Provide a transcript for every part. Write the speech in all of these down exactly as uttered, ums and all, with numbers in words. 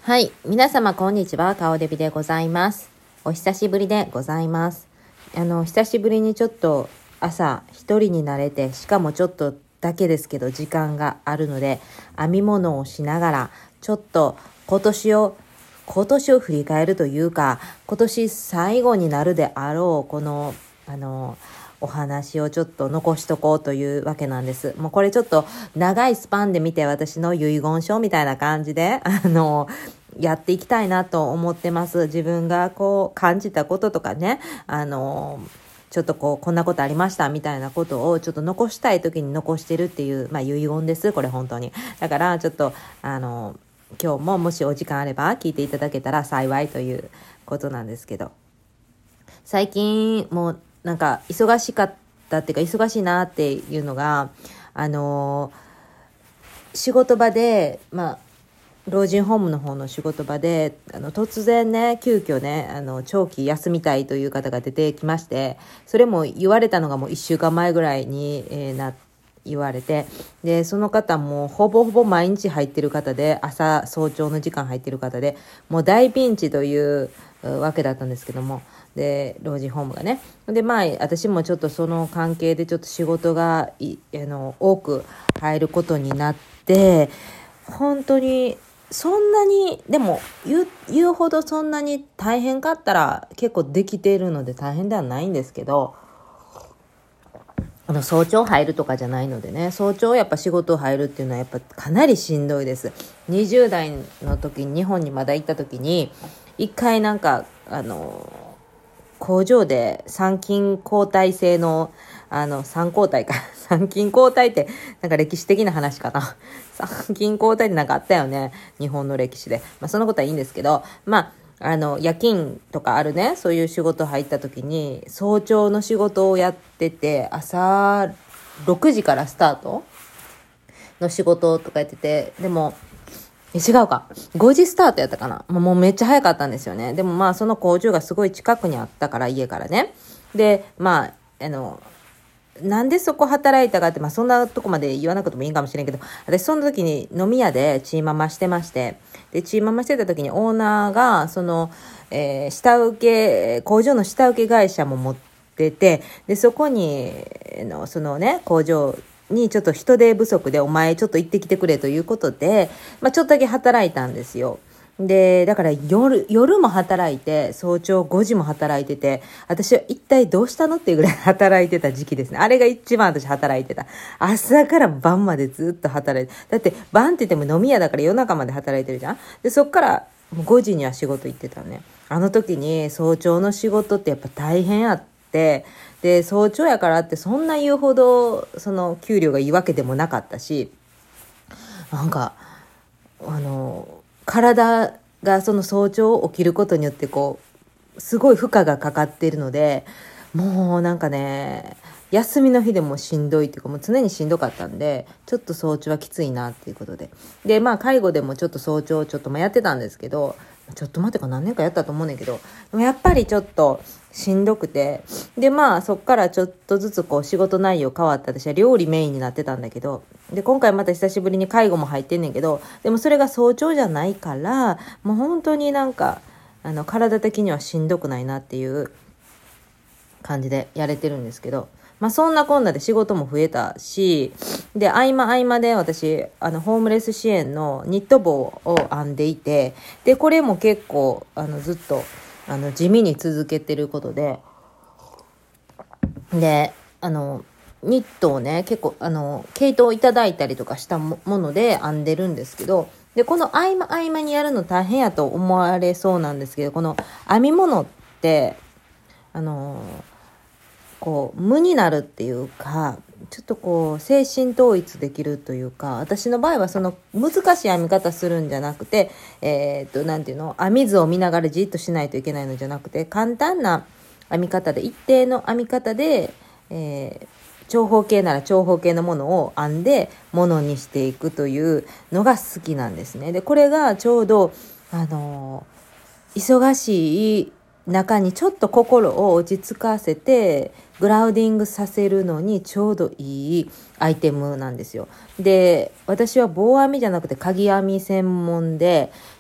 はい。皆様、こんにちは。顔デビでございます。お久しぶりでございます。あの、久しぶりにちょっと朝一人になれて、しかもちょっとだけですけど、時間があるので、編み物をしながら、ちょっと今年を、今年を振り返るというか、今年最後になるであろう、この、あの、お話をちょっと残しとこうというわけなんです。もうこれちょっと長いスパンで見て私の遺言書みたいな感じで、あの、やっていきたいなと思ってます。自分がこう感じたこととかね、あの、ちょっとこう、こんなことありましたみたいなことをちょっと残したい時に残してるっていう、まあ遺言です。これ本当に。だからちょっと、あの、今日ももしお時間あれば聞いていただけたら幸いということなんですけど。最近もうなんか忙しかったっていうか忙しいなっていうのが、あのー、仕事場で、まあ、老人ホームの方の仕事場で、あの、突然ね、急遽ね、あの、長期休みたいという方が出てきまして、それも言われたのがもういっしゅうかんまえぐらいに、えー、なって、言われて、でその方もほぼほぼ毎日入ってる方で、朝早朝の時間入ってる方で、もう大ピンチというわけだったんですけども、で老人ホームがね、でまあ私もちょっとその関係でちょっと仕事がいあの多く入ることになって、本当にそんなにでも言う、言うほどそんなに大変かったら結構できているので大変ではないんですけど、あの早朝入るとかじゃないのでね、早朝やっぱ仕事入るっていうのはやっぱかなりしんどいです。にじゅう代の時に日本にまだ行った時に一回なんかあの工場で参勤交代制のあの参交代か参勤交代ってなんか歴史的な話かな参勤交代ってなんかあったよね、日本の歴史で。まあそのことはいいんですけど、まああの夜勤とかあるね、そういう仕事入った時に早朝の仕事をやってて、朝ろくじからスタートの仕事とかやってて、でもえ違うかごじスタートやったかな、もうめっちゃ早かったんですよね。でもまあその工場がすごい近くにあったから、家からね。でまああのなんでそこ働いたかって、まあそんなとこまで言わなくてもいいかもしれんけど、私その時に飲み屋でチーママしてまして、でチーママしてた時にオーナーがその、えー、下請け工場の下請け会社も持ってて、でそこにのそのね工場にちょっと人手不足でお前ちょっと行ってきてくれということで、まあちょっとだけ働いたんですよ。で、だから夜、夜も働いて、早朝ごじも働いてて、私は一体どうしたのっていうぐらい働いてた時期ですね。あれが一番私働いてた。朝から晩までずっと働いて。だって晩って言っても飲み屋だから夜中まで働いてるじゃん。で、そっからもうごじには仕事行ってたね。あの時に早朝の仕事ってやっぱ大変あって、で、早朝やからってそんな言うほど、その給料がいいわけでもなかったし、なんか、あの、体がその早朝起きることによってこうすごい負荷がかかっているので、もうなんかね休みの日でもしんどいっていうか、もう常にしんどかったんで、ちょっと早朝はきついなっていうことで、でまあ介護でもちょっと早朝ちょっとまあやってたんですけど、ちょっと待ってか何年かやったと思うねんけど、でもやっぱりちょっとしんどくて、でまあそっからちょっとずつこう仕事内容変わって、私は料理メインになってたんだけど、で今回また久しぶりに介護も入ってんねんけど、でもそれが早朝じゃないから、もう本当になんかあの体的にはしんどくないなっていう感じでやれてるんですけど、まあそんなこんなで仕事も増えたし、で合間合間で私あのホームレス支援のニット帽を編んでいて、でこれも結構あのずっとあの地味に続けてることで、であのニットをね結構あの毛糸をいただいたりとかしたもので編んでるんですけど、でこの合間合間にやるの大変やと思われそうなんですけど、この編み物ってあのこう無になるっていうか、ちょっとこう精神統一できるというか、私の場合はその難しい編み方するんじゃなくて、えー、っとなんていうの、編み図を見ながらじっとしないといけないのじゃなくて、簡単な編み方で一定の編み方で、えー長方形なら長方形のものを編んでものにしていくというのが好きなんですね。でこれがちょうどあの忙しい中にちょっと心を落ち着かせてグラウディングさせるのにちょうどいいアイテムなんですよ。で私は棒編みじゃなくて鍵編み専門で、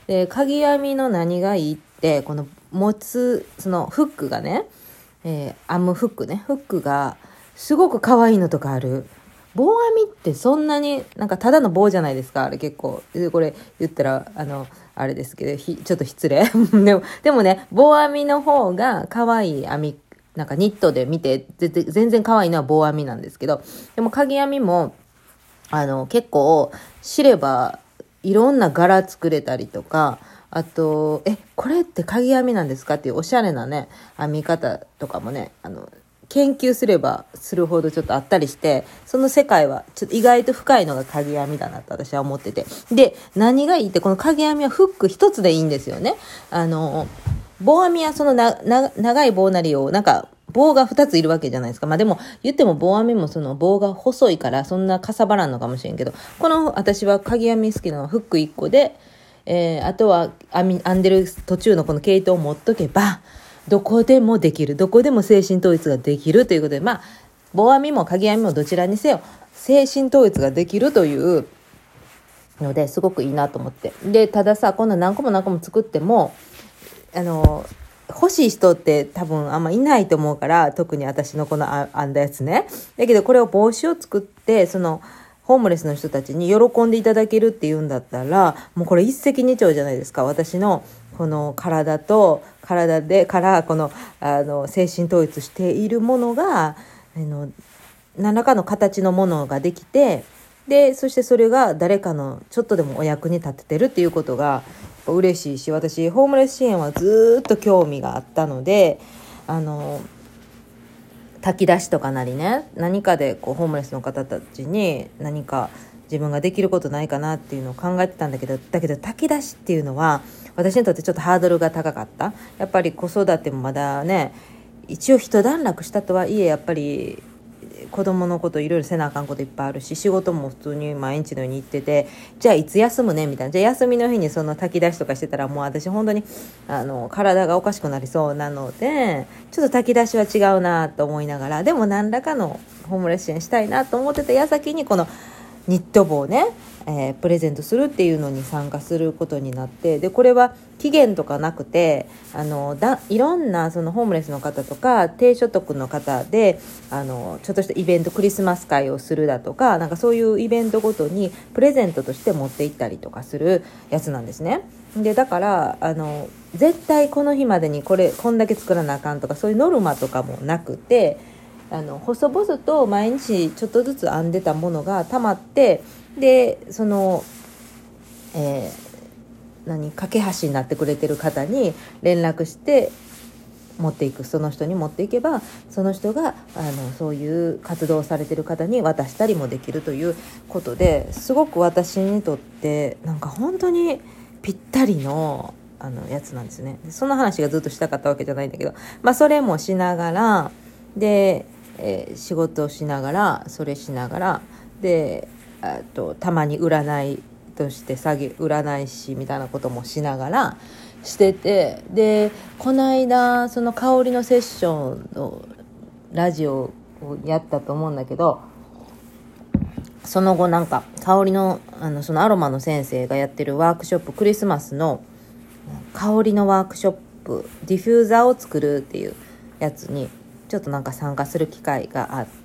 で、かぎ編みの何がいいって、この持つ、そのフックがね、えー、編むフックね、フックがすごく可愛いのとかある。棒編みってそんなになんかただの棒じゃないですか、あれ結構。でこれ言ったら、あの、あれですけど、ひちょっと失礼。でも、でもね、棒編みの方が可愛い編み、なんかニットで見て、全然可愛いのは棒編みなんですけど、でもかぎ編みも、あの、結構知ればいろんな柄作れたりとか、あと、え、これってかぎ編みなんですかっていうおしゃれなね、編み方とかもね、あの、研究すればするほどちょっとあったりして、その世界はちょっと意外と深いのがかぎ編みだなと私は思ってて。で、何がいいって、このかぎ編みはフック一つでいいんですよね。あの、棒編みはそのな、な、長い棒なりを、なんか、棒が二ついるわけじゃないですか。まあでも、言っても棒編みもその棒が細いから、そんなかさばらんのかもしれんけど、この私はかぎ編み好きなのはフック一個で、えー、あとは編み、編んでる途中のこの毛糸を持っとけば、どこでもできる。どこでも精神統一ができるということで、まあ、棒編みもかぎ編みもどちらにせよ、精神統一ができるというので、すごくいいなと思って。で、たださ、こんな何個も何個も作っても、あの、欲しい人って多分あんまいないと思うから、特に私のこの編んだやつね。だけどこれを帽子を作って、その、ホームレスの人たちに喜んでいただけるっていうんだったら、もうこれ一石二鳥じゃないですか。私のこの体と体でからこのあの精神統一しているものがあの何らかの形のものができて、でそしてそれが誰かのちょっとでもお役に立ててるっていうことが嬉しいし、私ホームレス支援はずっと興味があったので、あの炊き出しとかなりね、何かでこうホームレスの方たちに何か自分ができることないかなっていうのを考えてたんだけど、だけど炊き出しっていうのは私にとってちょっとハードルが高かった。やっぱり子育てもまだね、一応一段落したとはいえ、やっぱり子供のこといろいろせなあかんこといっぱいあるし、仕事も普通に毎日のように行ってて、じゃあいつ休むねみたいな、じゃあ休みの日にその炊き出しとかしてたらもう私本当にあの体がおかしくなりそうなので、ちょっと炊き出しは違うなと思いながら、でも何らかのホームレス支援したいなと思ってた矢先にこのニット帽をね、えー、プレゼントするっていうのに参加することになって、でこれは期限とかなくて、あのだいろんなそのホームレスの方とか低所得の方で、あのちょっとしたイベント、クリスマス会をするだとか、なんかそういうイベントごとにプレゼントとして持って行ったりとかするやつなんですね。でだからあの絶対この日までにこれこんだけ作らなあかんとか、そういうノルマとかもなくて、あの細々と毎日ちょっとずつ編んでたものがたまって、でその、えー、何架け橋になってくれてる方に連絡して持っていく、その人に持っていけば、その人があのそういう活動をされてる方に渡したりもできるということで、すごく私にとってなんか本当にぴったりのあのやつなんですね。その話がずっとしたかったわけじゃないんだけど、まあそれもしながらで、えー、仕事をしながら、それしながらで、あとたまに占いとして詐欺占い師みたいなこともしながらしてて、でこの間その香りのセッションのラジオをやったと思うんだけど、その後なんか香りのあのそのアロマの先生がやってるワークショップ、クリスマスの香りのワークショップ、ディフューザーを作るっていうやつにちょっとなんか参加する機会があって、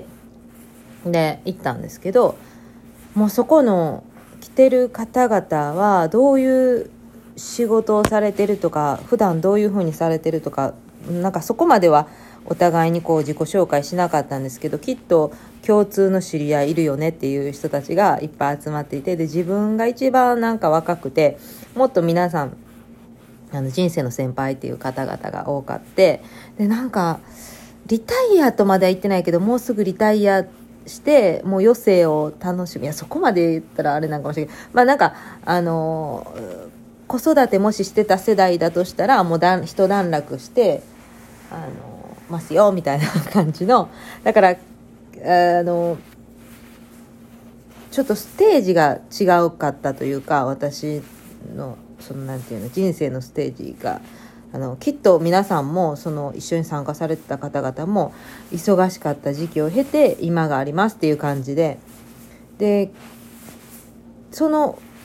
で行ったんですけど、もうそこの来てる方々はどういう仕事をされてるとか、普段どういう風にされてるとか、なんかそこまではお互いにこう自己紹介しなかったんですけど、きっと共通の知り合いいるよねっていう人たちがいっぱい集まっていて、で自分が一番なんか若くて、もっと皆さんあの人生の先輩っていう方々が多かって、でなんかリタイアとまでは言ってないけど、もうすぐリタイアしてもう余生を楽しむ、いやそこまで言ったらあれなんかもしれないけど、まあなんかあの子育てもししてた世代だとしたらもうだん一段落してあのますよみたいな感じの、だからあのちょっとステージが違うかったというか、私のそのなんていうの人生のステージがあのきっと皆さんもその一緒に参加されてた方々も忙しかった時期を経て今がありますっていう感じで、でその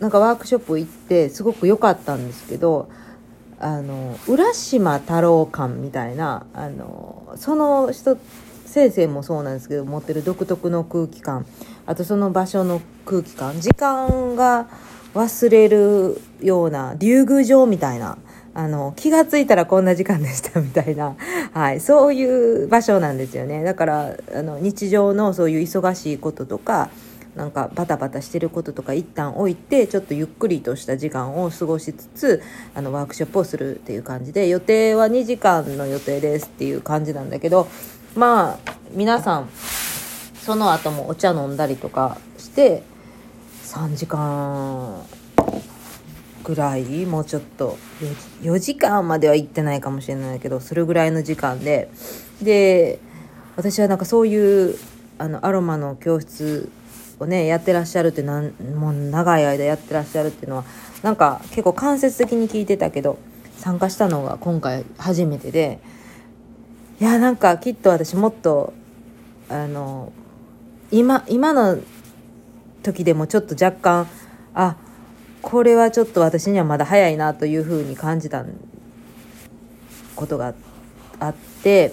なんかワークショップ行ってすごく良かったんですけど、あの浦島太郎感みたいな、あのその人先生もそうなんですけど持ってる独特の空気感、あとその場所の空気感、時間が忘れるような竜宮城みたいな、あの気がついたらこんな時間でしたみたいな、はい、そういう場所なんですよね。だからあの日常のそういう忙しいこととかなんかバタバタしてることとか一旦置いて、ちょっとゆっくりとした時間を過ごしつつあのワークショップをするっていう感じで、予定はにじかんの予定ですっていう感じなんだけど、まあ皆さんその後もお茶飲んだりとかしてさんじかんぐらい、もうちょっとよじかんまでは行ってないかもしれないけど、それぐらいの時間で、で私はなんかそういうあのアロマの教室をねやってらっしゃるって、なんもう長い間やってらっしゃるっていうのはなんか結構間接的に聞いてたけど、参加したのが今回初めてで、いやなんかきっと私もっとあの今今の時でもちょっと若干あこれはちょっと私にはまだ早いなというふうに感じたことがあって、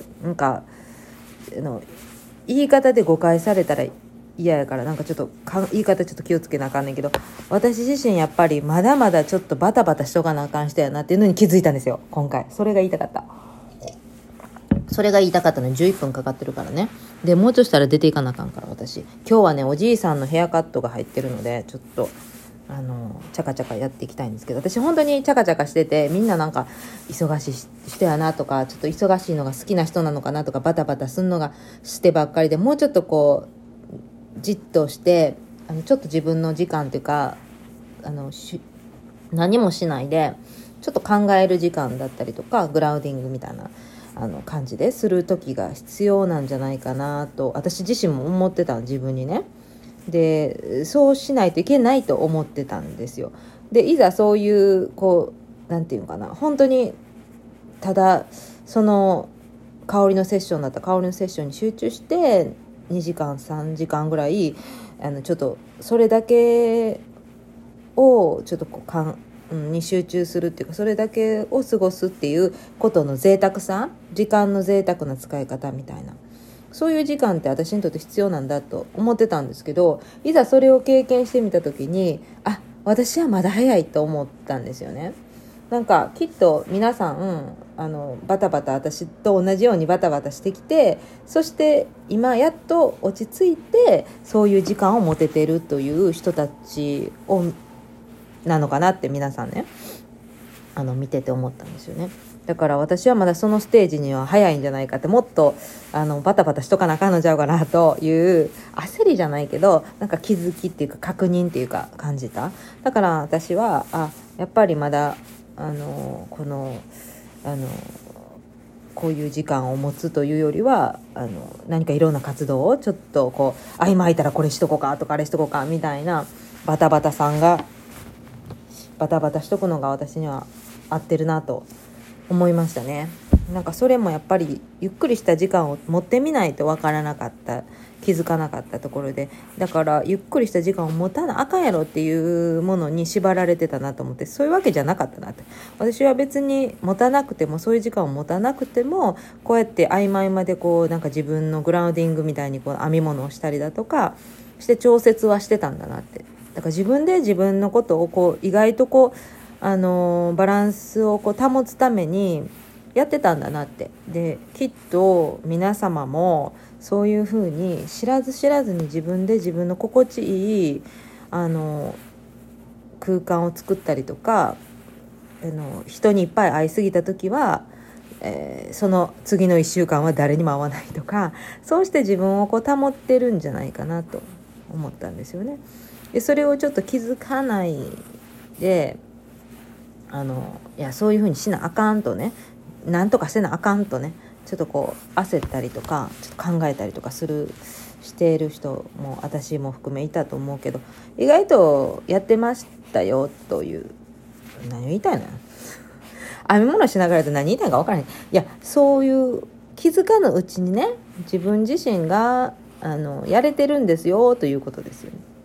なんかあの言い方で誤解されたら嫌やから、なんかちょっとか言い方ちょっと気をつけなあかんねんけど、私自身やっぱりまだまだちょっとバタバタしとかなあかん人やなっていうのに気づいたんですよ今回。それが言いたかったそれが言いたかったのにじゅういっぷんかかってるからね。でもうちょっとしたら出ていかなあかんから、私今日はねおじいさんのヘアカットが入ってるので、ちょっとあのチャカチャカやっていきたいんですけど、私本当にチャカチャカしてて、みんななんか忙しい人やなとか、ちょっと忙しいのが好きな人なのかなとか、バタバタすんのがしてばっかりで、もうちょっとこうじっとしてあのちょっと自分の時間っていうか、あのし何もしないでちょっと考える時間だったりとか、グラウディングみたいなあの感じでする時が必要なんじゃないかなと私自身も思ってた、自分にね。でそうしないといけないと思ってたんですよ。でいざそういうこうなんていうのかな、本当にただその香りのセッションだったら香りのセッションに集中してにじかんさんじかんぐらい、あのちょっとそれだけをちょっとこうかんに集中するっていうか、それだけを過ごすっていうことの贅沢さ、時間の贅沢な使い方みたいな、そういう時間って私にとって必要なんだと思ってたんですけど、いざそれを経験してみた時に、あ、私はまだ早いと思ったんですよね。なんかきっと皆さん、うん、あのバタバタ私と同じようにバタバタしてきて、そして今やっと落ち着いてそういう時間を持ててるという人たちをなのかなって皆さんねあの見てて思ったんですよね。だから私はまだそのステージには早いんじゃないかって、もっとあのバタバタしとかなあかんのちゃうかなという焦りじゃないけど、なんか気づきっていうか確認っていうか感じた。だから私はあやっぱりまだあのこのあのこういう時間を持つというよりは、あの何かいろんな活動をちょっとこう合間空いたらこれしとこうかとかあれしとこうかみたいなバタバタさんがバタバタしとくのが私には合ってるなと思いましたね。なんかそれもやっぱりゆっくりした時間を持ってみないと分からなかった、気づかなかったところで、だからゆっくりした時間を持たなあかんやろっていうものに縛られてたなと思って、そういうわけじゃなかったなって。私は別に持たなくても、そういう時間を持たなくても、こうやって合間合間でこうなんか自分のグラウディングみたいにこう編み物をしたりだとかして調節はしてたんだなって。だから自分で自分のことをこう意外とこうあのー、バランスをこう保つためにやってたんだなって。できっと皆様もそういうふうに知らず知らずに自分で自分の心地いいあの空間を作ったりとか、あの人にいっぱい会いすぎた時は、えー、その次のいっしゅうかんは誰にも会わないとか、そうして自分をこう保ってるんじゃないかなと思ったんですよね。でそれをちょっと気づかないで、あのいやそういう風にしなあかんとね、なんとかせなあかんとね、ちょっとこう焦ったりとかちょっと考えたりとかするしている人も私も含めいたと思うけど、意外とやってましたよという、何を言いたいの編み物しながらと何言いたいか分からない。いやそういう気づかぬうちにね、自分自身があのやれてるんですよということですよね。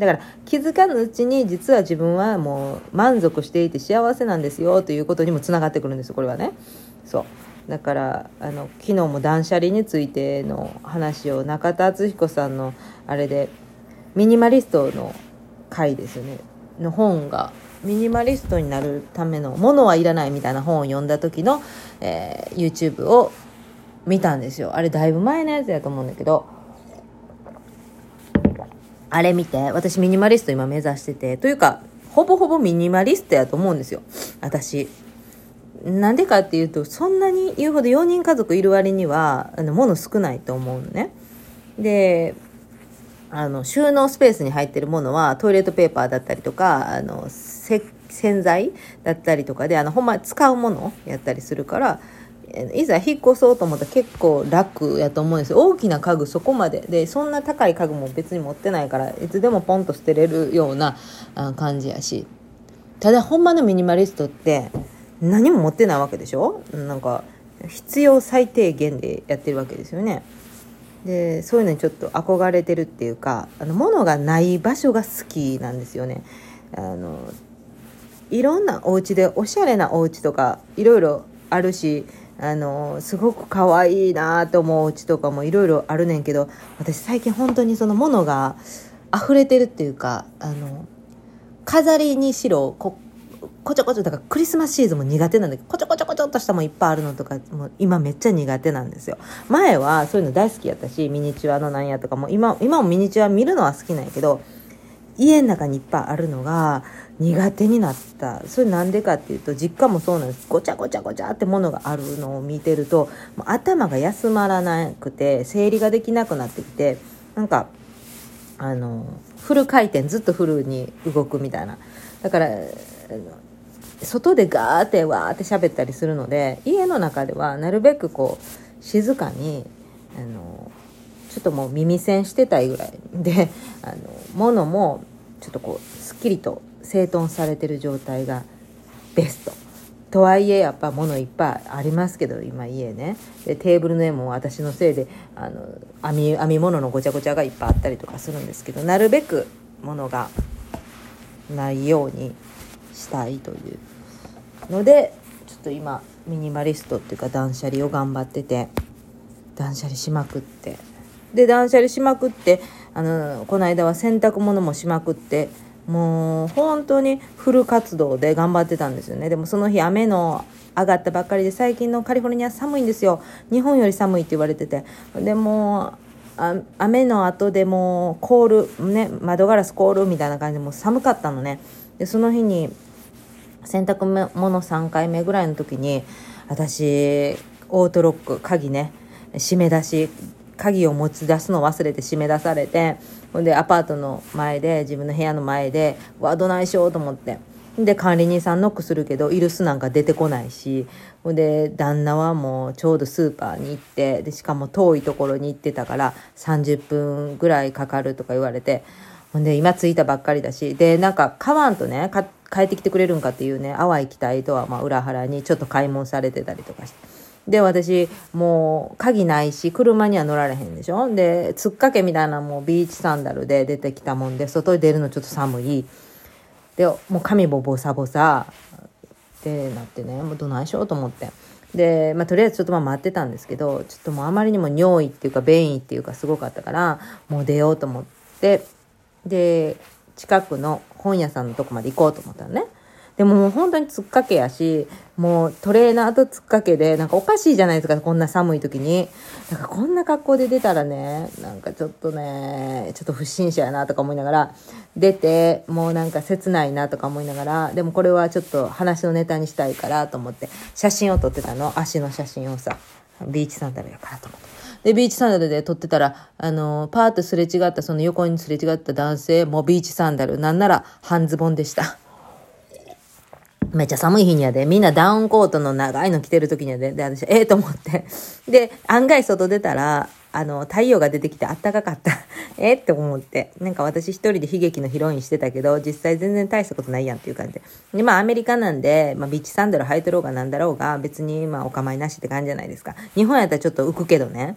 だから気づかぬうちに実は自分はもう満足していて幸せなんですよということにもつながってくるんですよ、これはね。そうだからあの昨日も断捨離についての話を中田敦彦さんのあれでミニマリストの回ですよねの本が、ミニマリストになるためのものはいらないみたいな本を読んだ時の、えー、YouTube を見たんですよ。あれだいぶ前のやつやと思うんだけど、あれ見て私ミニマリスト今目指してて、というかほぼほぼミニマリストやと思うんですよ私。なんでかっていうと、そんなに言うほどよにん家族いる割にはあの物少ないと思うのね。であの収納スペースに入ってるものはトイレットペーパーだったりとかあの洗剤だったりとかで、あのほんま使うものやったりするから、いざ引っ越そうと思ったら結構楽やと思うんですよ。大きな家具そこまでで、そんな高い家具も別に持ってないから、いつでもポンと捨てれるような感じやし、ただほんまのミニマリストって何も持ってないわけでしょ。なんか必要最低限でやってるわけですよね。でそういうのにちょっと憧れてるっていうか、あの物がない場所が好きなんですよね。あのいろんなお家でおしゃれなお家とかいろいろあるし、あのすごく可愛いなと思うお家とかもいろいろあるねんけど、私最近本当にその物が溢れてるっていうか、あの飾りにしろここちょこちょだからクリスマスシーズンも苦手なんだけど、こちょこちょこちょっとしたもんいっぱいあるのとかもう今めっちゃ苦手なんですよ。前はそういうの大好きやったし、ミニチュアのなんやとかも今今もミニチュア見るのは好きなんやけど、家の中にいっぱいあるのが苦手になった。それなんでかっていうと、実家もそうなんです。ごちゃごちゃごちゃってものがあるのを見てるともう頭が休まらなくて整理ができなくなってきて、なんかあのフル回転ずっとフルに動くみたいな。だから外でガーってわーって喋ったりするので、家の中ではなるべくこう静かにあのちょっともう耳栓してたいぐらいで、あの物もちょっとこうすっきりと整頓されてる状態がベストとはいえ、やっぱ物いっぱいありますけど今家ね。でテーブルの絵も私のせいであの編み編み物のごちゃごちゃがいっぱいあったりとかするんですけど、なるべく物がないようにしたいというので、ちょっと今ミニマリストっていうか断捨離を頑張ってて、断捨離しまくって、で断捨離しまくって、あのこの間は洗濯物もしまくって、もう本当にフル活動で頑張ってたんですよね。でもその日雨の上がったばっかりで、最近のカリフォルニア寒いんですよ。日本より寒いって言われてて、でもあ雨の後でも凍るね、窓ガラス凍るみたいな感じでもう寒かったのね。でその日に洗濯物さんかいめぐらいの時に、私オートロック鍵ね閉め出し鍵を持ち出すの忘れて閉め出されて、ほんでアパートの前で自分の部屋の前でわどないしようと思って、で管理人さんノックするけどイルスなんか出てこないし、ほんで旦那はもうちょうどスーパーに行って、でしかも遠いところに行ってたからさんじゅっぷんぐらいかかるとか言われて、ほんで今着いたばっかりだし、でなんか買わんとねか帰ってきてくれるんかっていうね淡い期待とはまあ裏腹にちょっと買い物されてたりとかして、で私もう鍵ないし車には乗られへんでしょ。でつっかけみたいなもうビーチサンダルで出てきたもんで、外に出るのちょっと寒いで、もう髪もボサボサってなってね、もうどないしようと思って、で、まあ、とりあえずちょっとまあ待ってたんですけど、ちょっともうあまりにも尿意っていうか便意っていうかすごかったから、もう出ようと思って、で近くの本屋さんのとこまで行こうと思ったのね。でももう本当につっかけやし、もうトレーナーとつっかけでなんかおかしいじゃないですか、こんな寒い時に。だからこんな格好で出たらね、なんかちょっとねちょっと不審者やなとか思いながら出て、もうなんか切ないなとか思いながら、でもこれはちょっと話のネタにしたいからと思って写真を撮ってたの。足の写真をさ、ビーチサンダルやからと思って、でビーチサンダルで撮ってたら、あのパーッとすれ違った、その横にすれ違った男性もビーチサンダル、なんなら半ズボンでした。めっちゃ寒い日にやで、みんなダウンコートの長いの着てる時にやで、で私ええー、と思って、で案外外出たらあの太陽が出てきてあったかかったえって思って、なんか私一人で悲劇のヒロインしてたけど、実際全然大したことないやんっていう感じで、でまあアメリカなんで、まあ、ビーチサンダル履いてろうがなんだろうが別にまあお構いなしって感じじゃないですか。日本やったらちょっと浮くけどね、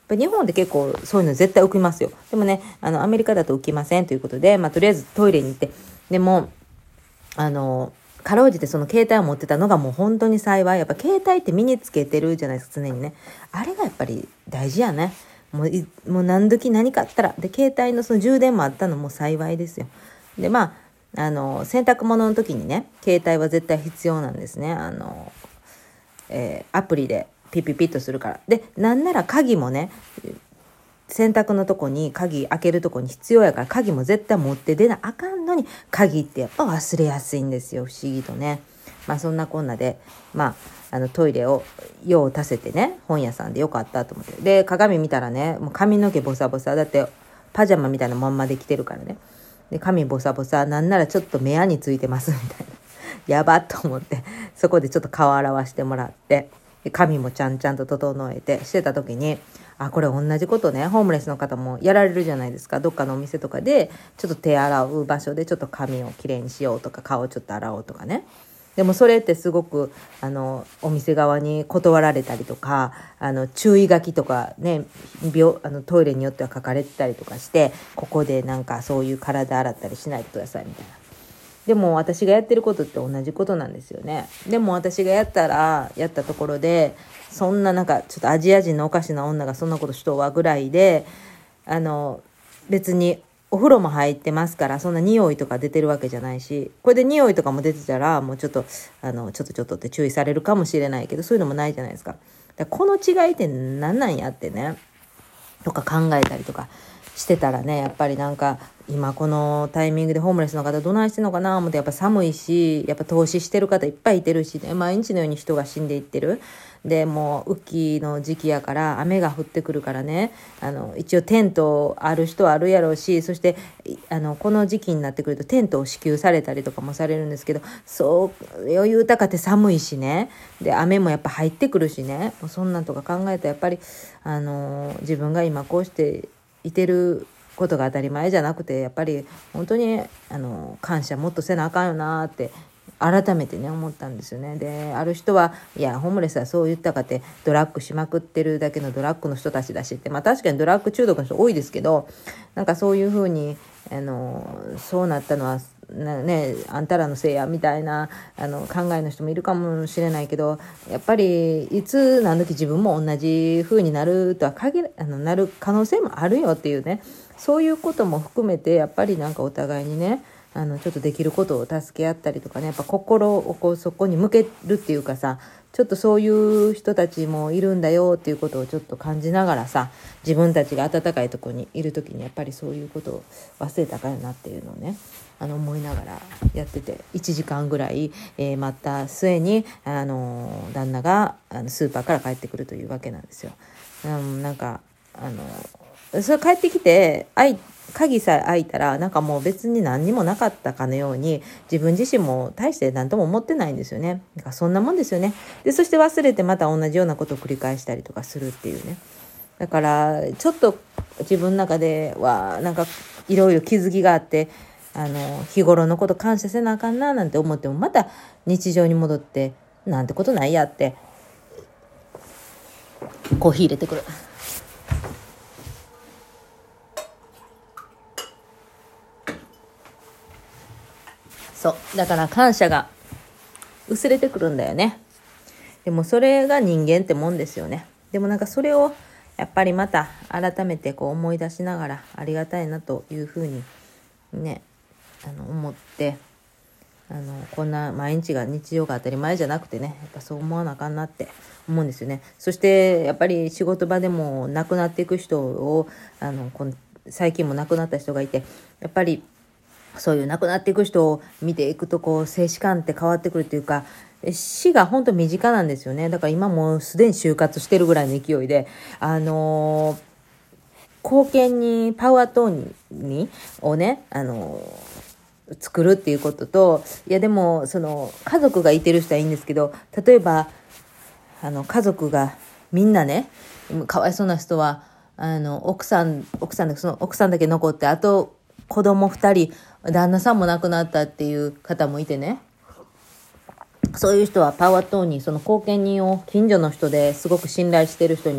ぱ日本で結構そういうの絶対浮きますよ。でもね、あのアメリカだと浮きませんということで、まあ、とりあえずトイレに行って、でもあのかろうじてその携帯を持ってたのがもう本当に幸い。やっぱ携帯って身につけてるじゃないですか、常にね。あれがやっぱり大事やね。もういもう何時何かあったら、で携帯のその充電もあったのも幸いですよ。でまああの洗濯物の時にね、携帯は絶対必要なんですね。あの、えーアプリでピッピッピッとするから。でなんなら鍵もね、洗濯のとこに鍵開けるとこに必要やから、鍵も絶対持って出なあかんのに、鍵ってやっぱ忘れやすいんですよ、不思議とね。まあそんなこんなで、まああのトイレを用を足せてね、本屋さんでよかったと思って、で鏡見たらね、もう髪の毛ボサボサだって、パジャマみたいなまんまで着てるからね。で髪ボサボサ、なんならちょっと目やについてますみたいなやばっと思って、そこでちょっと顔洗わしてもらって、で髪もちゃんちゃんと整えてしてた時に、あ、これ同じことね、ホームレスの方もやられるじゃないですか。どっかのお店とかでちょっと手洗う場所でちょっと髪をきれいにしようとか、顔ちょっと洗おうとかね。でもそれってすごくあのお店側に断られたりとか、あの注意書きとかね、病あのトイレによっては書かれてたりとかして、ここでなんかそういう体洗ったりしないでくださいみたいな。でも私がやってることって同じことなんですよね。でも私がやったらやったところで、そんななんかちょっとアジア人のおかしな女がそんなことしとうわぐらいで、あの別にお風呂も入ってますから、そんな匂いとか出てるわけじゃないし、これで匂いとかも出てたらもうちょっとあのちょっとちょっとって注意されるかもしれないけど、そういうのもないじゃないですか。だからこの違いって何なんやってね、とか考えたりとかしてたらね、やっぱりなんか今このタイミングでホームレスの方どないしてんのかな思って、やっぱ寒いし、やっぱ投資してる方いっぱいいてるし、ね、毎日のように人が死んでいってる。でもう雨季の時期やから雨が降ってくるからね、あの一応テントある人はあるやろうし、そしてあのこの時期になってくるとテントを支給されたりとかもされるんですけど、そう余裕たかって寒いしね、で雨もやっぱ入ってくるしね、もうそんなんとか考えたらやっぱりあの自分が今こうしていてることが当たり前じゃなくて、やっぱり本当にあの感謝もっとせなあかんよなって改めてね思ったんですよね。である人は、いやホームレスはそう言ったかってドラッグしまくってるだけのドラッグの人たちだしって、まあ確かにドラッグ中毒の人多いですけど、なんかそういうふうにあのそうなったのはなね、あんたらのせいやみたいなあの考えの人もいるかもしれないけど、やっぱりいつ何時自分も同じ風になるとは限るあのなる可能性もあるよっていうね、そういうことも含めてやっぱりなんかお互いにね、あのちょっとできることを助け合ったりとかね、やっぱ心をこうそこに向けるっていうかさ、ちょっとそういう人たちもいるんだよっていうことをちょっと感じながらさ、自分たちが温かいところにいる時にやっぱりそういうことを忘れたかよなっていうのをね、あの思いながらやってて、いちじかんぐらい、えー待った末にあの旦那があのスーパーから帰ってくるというわけなんですよ。うん、なんかあのそれ帰ってきてあい鍵さえ開いたら、なんかもう別に何にもなかったかのように自分自身も大して何とも思ってないんですよね。なんかそんなもんですよね。でそして忘れてまた同じようなことを繰り返したりとかするっていうね。だからちょっと自分の中ではなんかいろいろ気づきがあって、あの日頃のこと感謝せなあかんななんて思っても、また日常に戻ってなんてことないやってコーヒー入れてくる。そうだから感謝が薄れてくるんだよね。でもそれが人間ってもんですよね。でもなんかそれをやっぱりまた改めてこう思い出しながら、ありがたいなというふうにね、あの思って、あのこんな毎日が日常が当たり前じゃなくてね、やっぱそう思わなあかんなって思うんですよね。そしてやっぱり仕事場でも亡くなっていく人をあのこの最近も亡くなった人がいて、やっぱりそういう亡くなっていく人を見ていくと、こう生死観って変わってくるというか、死が本当身近なんですよね。だから今もうすでに就活してるぐらいの勢いで、あのー、後見にパワートーニをね、あのー、作るっていうことと、いやでもその家族がいてる人はいいんですけど、例えばあの家族がみんなね、かわいそうな人はあの奥さん奥さんその奥さんだけ残って、あと子供ふたり、旦那さんも亡くなったっていう方もいてね、そういう人はパワートーニー、その後見人を近所の人ですごく信頼してる人に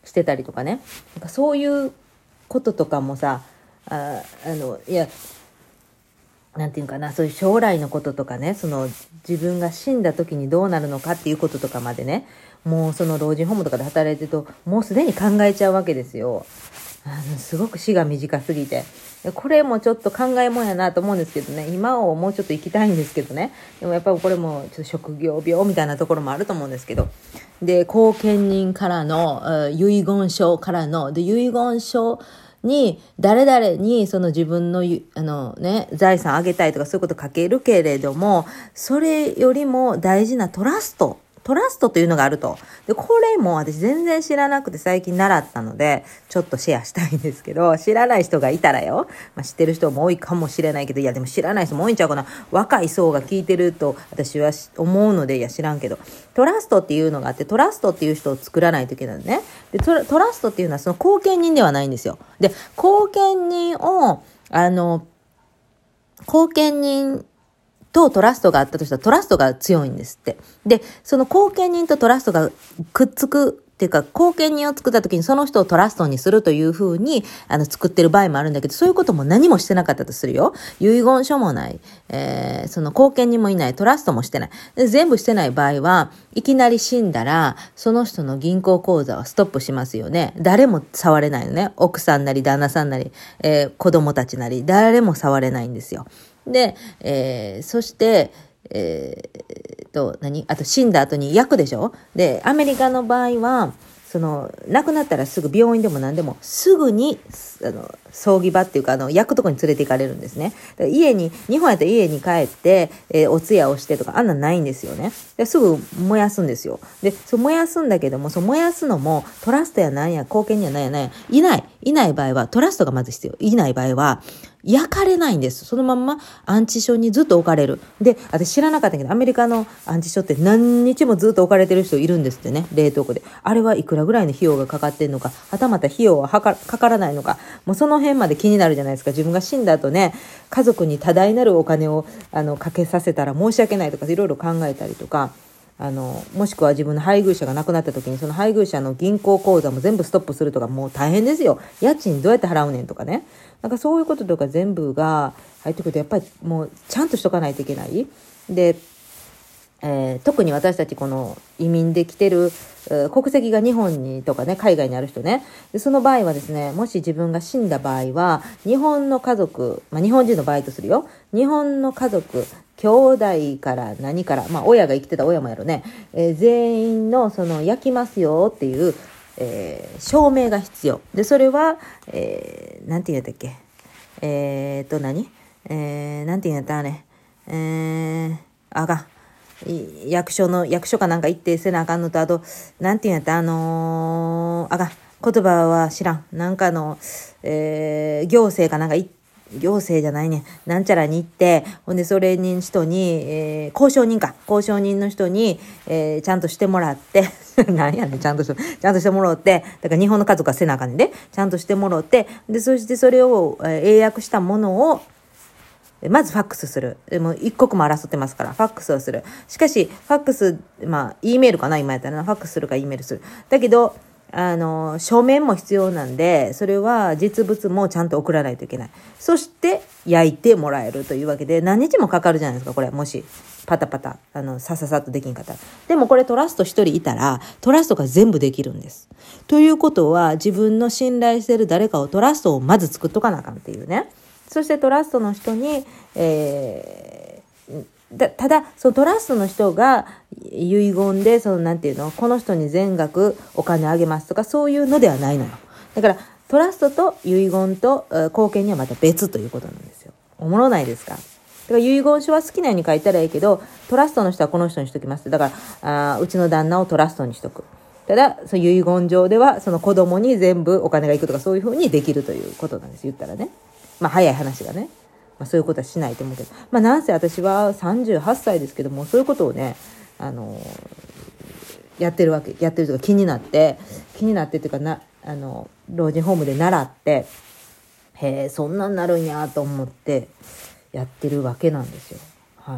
してたりとかね、なんかそういうこととかもさ、ああのいやなんていうかな、そういう将来のこととかね、その自分が死んだ時にどうなるのかっていうこととかまでね、もうその老人ホームとかで働いてるともうすでに考えちゃうわけですよ。あのすごく死が短すぎて、これもちょっと考えもんやなと思うんですけどね、今をもうちょっと生きたいんですけどね、でもやっぱりこれもちょっと職業病みたいなところもあると思うんですけど、で後見人からの遺言書からので遺言書に誰々にその自分のあのね財産あげたいとかそういうこと書けるけれども、それよりも大事なトラストトラストというのがあると。で、これも私全然知らなくて最近習ったので、ちょっとシェアしたいんですけど、知らない人がいたらよ、まあ、知ってる人も多いかもしれないけど、いやでも知らない人も多いんちゃうかな。若い層が聞いてると私は思うので、いや知らんけど、トラストっていうのがあって、トラストっていう人を作らないといけないのね。で、トラ、トラストっていうのはその後見人ではないんですよ。で、後見人を、あの、後見人とトラストがあったとしたらトラストが強いんですって。で、その後見人とトラストがくっつくっていうか、後見人を作った時にその人をトラストにするというふうにあの作ってる場合もあるんだけど、そういうことも何もしてなかったとするよ。遺言書もない、えー、その後見人もいない、トラストもしてない。で全部してない場合はいきなり死んだらその人の銀行口座はストップしますよね。誰も触れないのね。奥さんなり旦那さんなり、えー、子供たちなり誰も触れないんですよ。で、えー、そして、えー、と、何あと死んだ後に焼くでしょ。で、アメリカの場合は、その、亡くなったらすぐ病院でも何でも、すぐに、あの、葬儀場っていうか、あの、焼くとこに連れて行かれるんですね。だから家に、日本やったら家に帰って、えー、お通夜をしてとか、あんなんないんですよね。ですぐ燃やすんですよ。で、そう燃やすんだけども、そう燃やすのも、トラストやなんや、後見にはなんやなんや、いない、いない場合は、トラストがまず必要。いない場合は、焼かれないんです。そのまんま安置所にずっと置かれる。で、私知らなかったけど、アメリカの安置所って何日もずっと置かれてる人いるんですってね、冷凍庫で。あれはいくらぐらいの費用がかかってんのか、はたまた費用ははか、かからないのか、もうその辺まで気になるじゃないですか。自分が死んだ後ね、家族に多大なるお金をあのかけさせたら申し訳ないとか、いろいろ考えたりとか、あのもしくは自分の配偶者が亡くなった時にその配偶者の銀行口座も全部ストップするとか、もう大変ですよ。家賃どうやって払うねんとかね、なんかそういうこととか全部が入ってくるとやっぱりもうちゃんとしとかないといけない。で、えー、特に私たちこの移民で来てる、えー、国籍が日本にとかね、海外にある人ね、でその場合はですね、もし自分が死んだ場合は日本の家族、まあ、日本人の場合とするよ、日本の家族兄弟から何から、まあ親が生きてた親もやろね、えー、全員のその焼きますよっていう、えー、証明が必要で、それは、えー、なんて言うんだっけ、えー、っと何、えー、なんて言うんだったあれ、えー、あが役所の役所かなんか行ってせなあかんのと、あとなんて言うんやったあのー、あが言葉は知らん、なんかの、えー、行政かなんか行って行政じゃないね、なんちゃらに行って、ほんでそれに人に、えー、交渉人か交渉人の人に、えー、ちゃんとしてもらってなんやねんちゃんとしちゃんとしてもらって、だから日本の家族はせなあかんねんで、ちゃんとしてもらって、でそしてそれを、えー、英訳したものをまずファックスする。でも一刻も争ってますからファックスをする。しかしファックス、まあ E メールかな、今やったらファックスするか E メールする。だけどあの書面も必要なんで、それは実物もちゃんと送らないといけない。そして焼いてもらえるというわけで、何日もかかるじゃないですか、これ。もしパタパタあのさささっとできんかったら。でもこれトラスト一人いたらトラストが全部できるんです。ということは、自分の信頼してる誰かをトラストをまず作っとかなあかんっていうね。そしてトラストの人に、えー、だただそのトラストの人が遺言でそのなんていうの、この人に全額お金あげますとかそういうのではないのよ。だからトラストと遺言と後見にはまた別ということなんですよ。おもろないですか。だから遺言書は好きなように書いたらいいけど、トラストの人はこの人にしときます。だからあうちの旦那をトラストにしとく。ただその遺言上ではその子供に全部お金がいくとか、そういうふうにできるということなんです。言ったらね、まあ早い話がね、まあ、そういうことはしないと思うけど、まあなんせ私はさんじゅうはっさいですけども、そういうことをね、あのー、やってるわけ、やってるとか気になって気になってっていうかな、あの老人ホームで習って、へえそんなんなるんやと思ってやってるわけなんですよ。はい。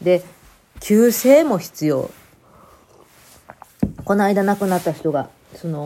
で旧姓も必要。この間亡くなった人がその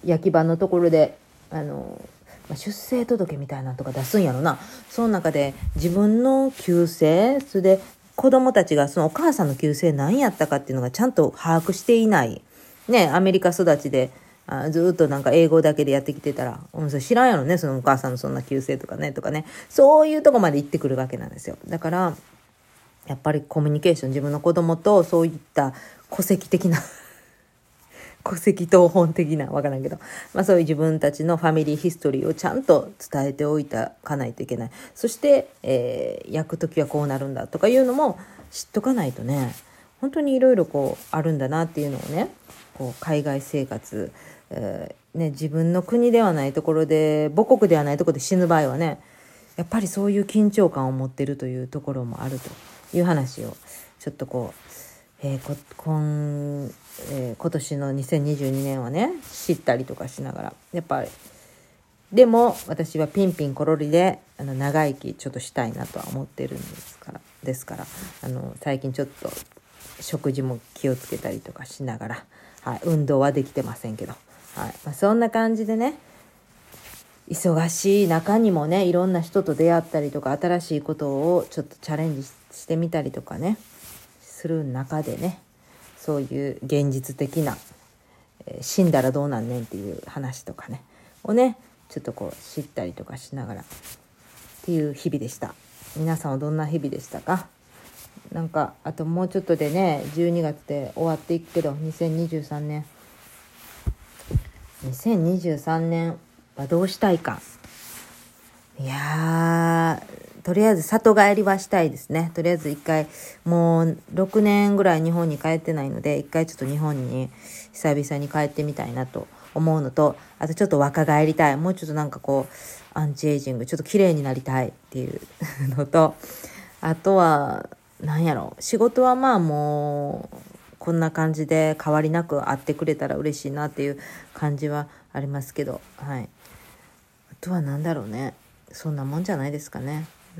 焼き場のところであの、まあ、出生届みたいなのとか出すんやろな。その中で自分の旧姓、それで子供たちがそのお母さんの旧姓何やったかっていうのがちゃんと把握していないね、アメリカ育ちであずっとなんか英語だけでやってきてたら、うん、それ知らんやろね、そのお母さんのそんな旧姓とかねとかね、そういうとこまで行ってくるわけなんですよ。だからやっぱりコミュニケーション、自分の子供とそういった戸籍的な戸籍謄本的なわからんけど、まあ、そういう自分たちのファミリーヒストリーをちゃんと伝えておいてかないといけない。そして、えー、焼くときはこうなるんだとかいうのも知っとかないとね、本当にいろいろこうあるんだなっていうのをね、こう海外生活、えーね、自分の国ではないところで、母国ではないところで死ぬ場合はね、やっぱりそういう緊張感を持ってるというところもあるという話をちょっとこう、えー、こ今えー、今年のにせんにじゅうにねんはね知ったりとかしながら、やっぱりでも私はピンピンコロリであの長生きちょっとしたいなとは思ってるんですからですからあの最近ちょっと食事も気をつけたりとかしながら、はい、運動はできてませんけど、はい、まあ、そんな感じでね、忙しい中にもね、いろんな人と出会ったりとか新しいことをちょっとチャレンジしてみたりとかねする中でね、そういう現実的な、えー、死んだらどうなんねんっていう話とかねをねちょっとこう知ったりとかしながらっていう日々でした。皆さんはどんな日々でしたか？なんかあともうちょっとでねじゅうにがつで終わっていくけど、にせんにじゅうさんねんにせんにじゅうさんねんはどうしたいか。いやー、とりあえず里帰りはしたいですね。とりあえず一回、もうろくねんぐらい日本に帰ってないので、一回ちょっと日本に久々に帰ってみたいなと思うのと、あとちょっと若返りたい。もうちょっとなんかこう、アンチエイジング、ちょっと綺麗になりたいっていうのと、あとは、なんやろ、仕事はまあもう、こんな感じで変わりなく会ってくれたら嬉しいなっていう感じはありますけど、はい。あとはなんだろうね。そんなもんじゃないですかね。うん。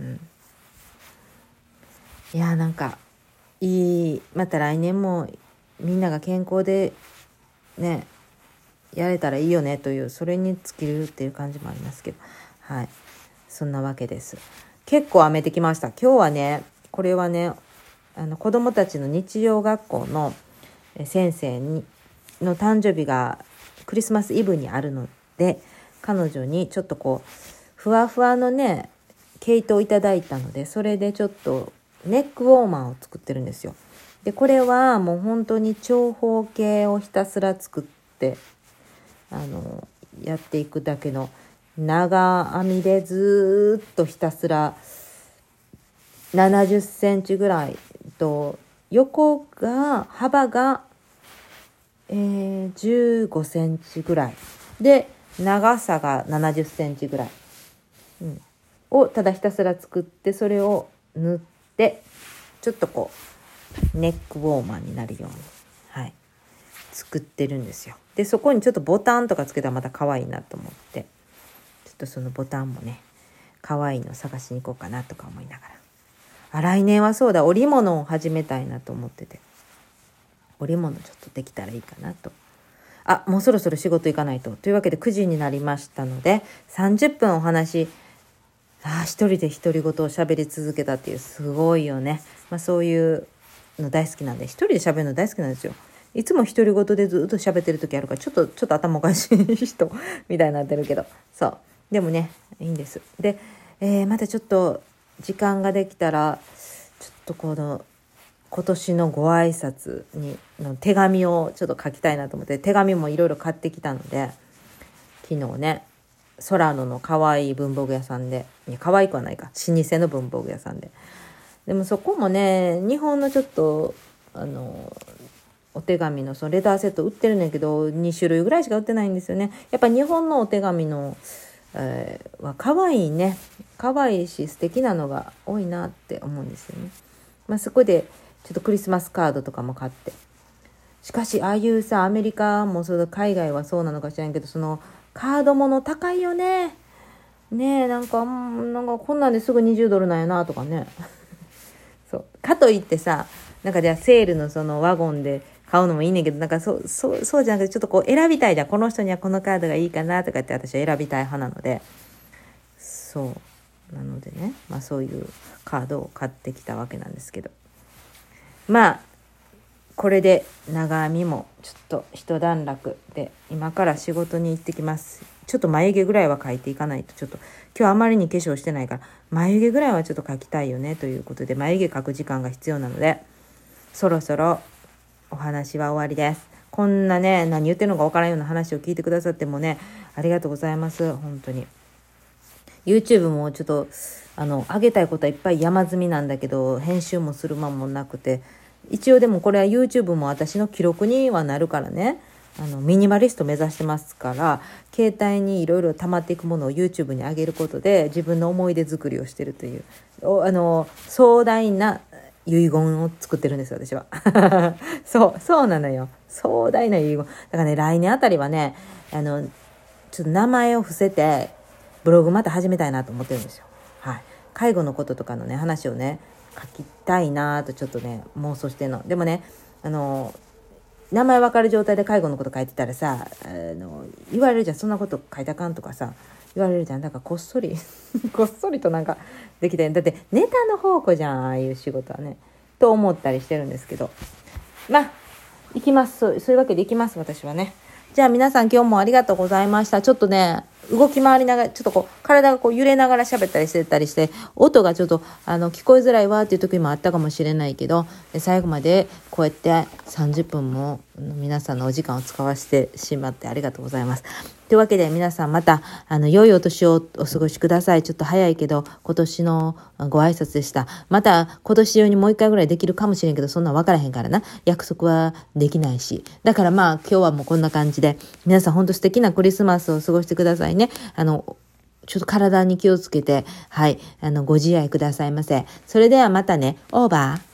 いやーなんかいい、また来年もみんなが健康でねやれたらいいよねという、それに尽きるっていう感じもありますけど、はい、そんなわけです。結構雨てきました。今日はね、これはね、あの子どもたちの日曜学校の先生にの誕生日がクリスマスイブにあるので、彼女にちょっとこうふわふわのね毛糸をいただいたので、それでちょっとネックウォーマーを作ってるんですよ。でこれはもう本当に長方形をひたすら作ってあのやっていくだけの長編みで、ずっとひたすらななじゅっセンチぐらいと、横が幅が、えー、じゅうごセンチぐらいで、長さがななじゅっセンチぐらい、うん、をただひたすら作って、それを縫ってちょっとこうネックウォーマーになるように、はい、作ってるんですよ。でそこにちょっとボタンとかつけたらまた可愛いなと思って、ちょっとそのボタンもね可愛いの探しに行こうかなとか思いながら、あ来年はそうだ、織物を始めたいなと思ってて、織物ちょっとできたらいいかなと。あもうそろそろ仕事行かないと。というわけでくじになりましたので、さんじゅっぷんお話、あ一人で独り言を喋り続けたっていう、すごいよね。まあそういうの大好きなんで、一人で喋るの大好きなんですよ。いつも独り言でずっと喋ってる時あるから、ちょっとちょっと頭おかしい人みたいになってるけど、そうでもねいいんです。で、えー、またちょっと時間ができたら、ちょっとこの今年のご挨拶にの手紙をちょっと書きたいなと思って、手紙もいろいろ買ってきたので、昨日ねソラノの可愛い文房具屋さんで、いや可愛くはないか、老舗の文房具屋さんで、でもそこもね日本のちょっとあのお手紙のそのレターセット売ってるんだけど、に種類ぐらいしか売ってないんですよね。やっぱ日本のお手紙の、えー、は可愛いね、可愛いし素敵なのが多いなって思うんですよね。まあそこでちょっとクリスマスカードとかも買って、しかしああいうさ、アメリカもそうだ、海外はそうなのか知らんけど、そのカードもの高いよね。ねえなんかなんかこんなんですぐにじゅうドルなんやなとかねそうかといってさ、なんかじゃあセールのそのワゴンで買うのもいいねんけど、なんかそう、そう、そうじゃなくて、ちょっとこう選びたいじゃん。この人にはこのカードがいいかなとかって私は選びたい派なので、そう。なのでね、まあそういうカードを買ってきたわけなんですけど。まあ、これで長編みもちょっと一段落で、今から仕事に行ってきます。ちょっと眉毛ぐらいは描いていかないと、ちょっと今日あまりに化粧してないから、眉毛ぐらいはちょっと描きたいよねということで、眉毛描く時間が必要なので、そろそろお話は終わりです。こんなね、何言ってるのかわからんような話を聞いてくださってもね、ありがとうございます。本当に。YouTube もちょっと、あの、上げたいことはいっぱい山積みなんだけど、編集もする間もなくて、一応でもこれは YouTube も私の記録にはなるからね、あの、ミニマリスト目指してますから、携帯にいろいろ溜まっていくものを YouTube に上げることで、自分の思い出作りをしてるという、あの、壮大な遺言を作ってるんですよ、私は。そう、そうなのよ。壮大な遺言。だからね、来年あたりはね、あの、ちょっと名前を伏せて、ブログまた始めたいなと思ってるんですよ。はい。介護のこととかのね、話をね、書きたいなとちょっとね、妄想してるの。でもね、あの、名前分かる状態で介護のこと書いてたらさ、あの、言われるじゃん。そんなこと書いたかんとかさ、言われるじゃん。だからこっそり、こっそりとなんかできて、だってネタの宝庫じゃん、ああいう仕事はね。と思ったりしてるんですけど。まあ、行きます。そう、そういうわけで行きます、私はね。じゃあ皆さん今日もありがとうございました。ちょっとね、動き回りながら、ちょっとこう、体がこう揺れながら喋ったりしてたりして、音がちょっと、あの、聞こえづらいわっていう時もあったかもしれないけど、最後までこうやってさんじゅっぷんも皆さんのお時間を使わせてしまってありがとうございます。というわけで皆さんまた、あの、良いお年をお過ごしください。ちょっと早いけど、今年のご挨拶でした。また、今年中にもう一回ぐらいできるかもしれんけど、そんなん分からへんからな。約束はできないし。だからまあ、今日はもうこんな感じで、皆さん本当素敵なクリスマスを過ごしてくださいね。あの、ちょっと体に気をつけて、はい、あの、ご自愛くださいませ。それではまたね、オーバー。